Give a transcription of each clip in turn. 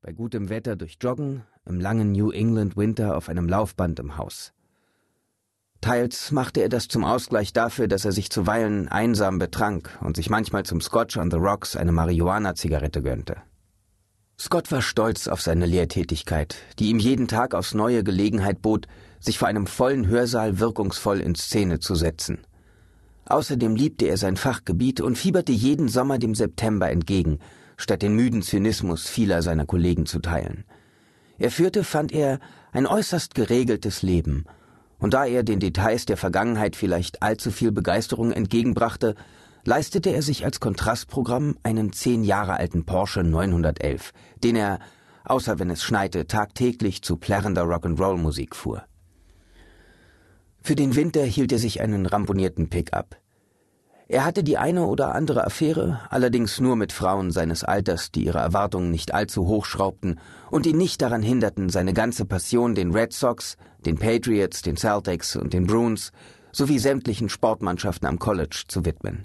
bei gutem Wetter durch Joggen, im langen New England Winter auf einem Laufband im Haus. Teils machte er das zum Ausgleich dafür, dass er sich zuweilen einsam betrank und sich manchmal zum Scotch on the Rocks eine Marihuana-Zigarette gönnte. Scott war stolz auf seine Lehrtätigkeit, die ihm jeden Tag aufs Neue Gelegenheit bot, sich vor einem vollen Hörsaal wirkungsvoll in Szene zu setzen. Außerdem liebte er sein Fachgebiet und fieberte jeden Sommer dem September entgegen, statt den müden Zynismus vieler seiner Kollegen zu teilen. Er führte, fand er, ein äußerst geregeltes Leben, und da er den Details der Vergangenheit vielleicht allzu viel Begeisterung entgegenbrachte, leistete er sich als Kontrastprogramm einen 10 Jahre alten Porsche 911, den er, außer wenn es schneite, tagtäglich zu plärrender Rock'n'Roll-Musik fuhr. Für den Winter hielt er sich einen ramponierten Pick-up. Er hatte die eine oder andere Affäre, allerdings nur mit Frauen seines Alters, die ihre Erwartungen nicht allzu hoch schraubten und ihn nicht daran hinderten, seine ganze Passion den Red Sox, den Patriots, den Celtics und den Bruins sowie sämtlichen Sportmannschaften am College zu widmen.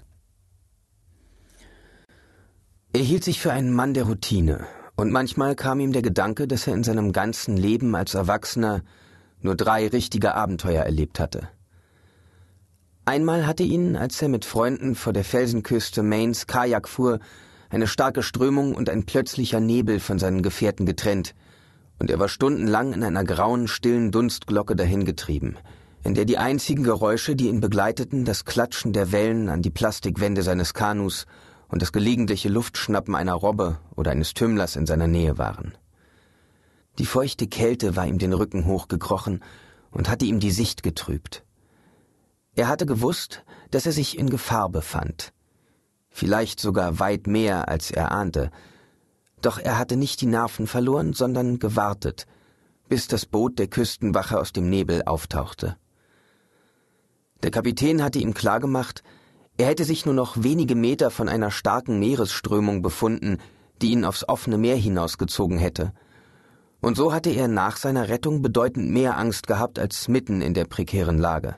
Er hielt sich für einen Mann der Routine, und manchmal kam ihm der Gedanke, dass er in seinem ganzen Leben als Erwachsener nur 3 richtige Abenteuer erlebt hatte. Einmal hatte ihn, als er mit Freunden vor der Felsenküste Maines Kajak fuhr, eine starke Strömung und ein plötzlicher Nebel von seinen Gefährten getrennt, und er war stundenlang in einer grauen, stillen Dunstglocke dahingetrieben, in der die einzigen Geräusche, die ihn begleiteten, das Klatschen der Wellen an die Plastikwände seines Kanus und das gelegentliche Luftschnappen einer Robbe oder eines Tümmlers in seiner Nähe waren. Die feuchte Kälte war ihm den Rücken hochgekrochen und hatte ihm die Sicht getrübt. Er hatte gewusst, dass er sich in Gefahr befand. Vielleicht sogar weit mehr, als er ahnte. Doch er hatte nicht die Nerven verloren, sondern gewartet, bis das Boot der Küstenwache aus dem Nebel auftauchte. Der Kapitän hatte ihm klargemacht, er hätte sich nur noch wenige Meter von einer starken Meeresströmung befunden, die ihn aufs offene Meer hinausgezogen hätte. Und so hatte er nach seiner Rettung bedeutend mehr Angst gehabt als mitten in der prekären Lage.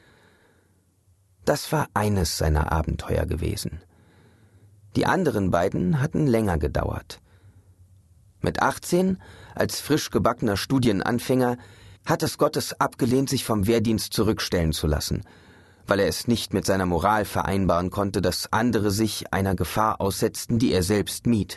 Das war eines seiner Abenteuer gewesen. Die anderen beiden hatten länger gedauert. Mit 18, als frisch gebackener Studienanfänger, hatte Scott es abgelehnt, sich vom Wehrdienst zurückstellen zu lassen, weil er es nicht mit seiner Moral vereinbaren konnte, dass andere sich einer Gefahr aussetzten, die er selbst mied.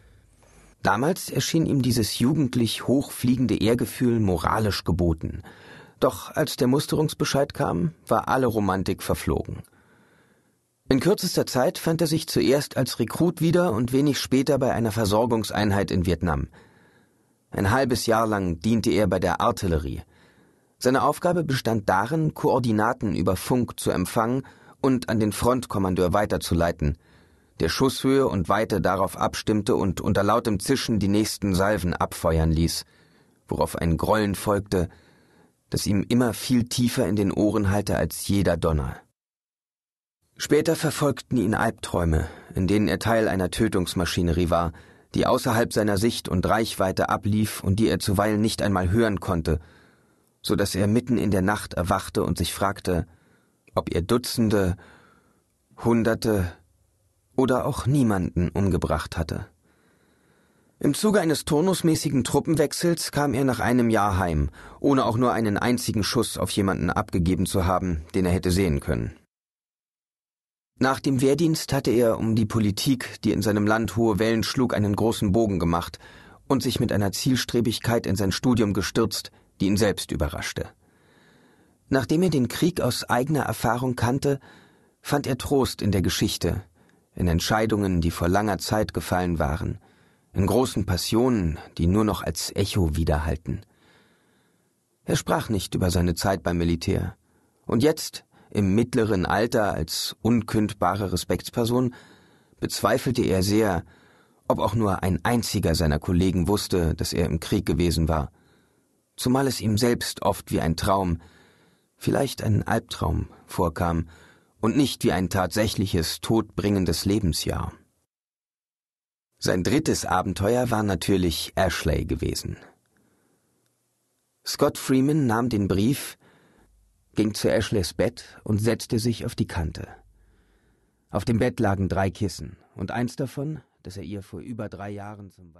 Damals erschien ihm dieses jugendlich hochfliegende Ehrgefühl moralisch geboten. Doch als der Musterungsbescheid kam, war alle Romantik verflogen. In kürzester Zeit fand er sich zuerst als Rekrut wieder und wenig später bei einer Versorgungseinheit in Vietnam. Ein halbes Jahr lang diente er bei der Artillerie. Seine Aufgabe bestand darin, Koordinaten über Funk zu empfangen und an den Frontkommandeur weiterzuleiten, der Schusshöhe und Weite darauf abstimmte und unter lautem Zischen die nächsten Salven abfeuern ließ, worauf ein Grollen folgte, das ihm immer viel tiefer in den Ohren hallte als jeder Donner. Später verfolgten ihn Albträume, in denen er Teil einer Tötungsmaschinerie war, die außerhalb seiner Sicht und Reichweite ablief und die er zuweilen nicht einmal hören konnte, so dass er mitten in der Nacht erwachte und sich fragte, ob er Dutzende, Hunderte oder auch niemanden umgebracht hatte. Im Zuge eines turnusmäßigen Truppenwechsels kam er nach einem Jahr heim, ohne auch nur einen einzigen Schuss auf jemanden abgegeben zu haben, den er hätte sehen können. Nach dem Wehrdienst hatte er um die Politik, die in seinem Land hohe Wellen schlug, einen großen Bogen gemacht und sich mit einer Zielstrebigkeit in sein Studium gestürzt, die ihn selbst überraschte. Nachdem er den Krieg aus eigener Erfahrung kannte, fand er Trost in der Geschichte, in Entscheidungen, die vor langer Zeit gefallen waren, in großen Passionen, die nur noch als Echo widerhallten. Er sprach nicht über seine Zeit beim Militär, und jetzt, im mittleren Alter als unkündbare Respektsperson, bezweifelte er sehr, ob auch nur ein einziger seiner Kollegen wusste, dass er im Krieg gewesen war, zumal es ihm selbst oft wie ein Traum, vielleicht ein Albtraum, vorkam und nicht wie ein tatsächliches, todbringendes Lebensjahr. Sein drittes Abenteuer war natürlich Ashley gewesen. Scott Freeman nahm den Brief, ging zu Ashleys Bett und setzte sich auf die Kante. Auf dem Bett lagen 3 Kissen, und eins davon, das er ihr vor über 3 Jahren zum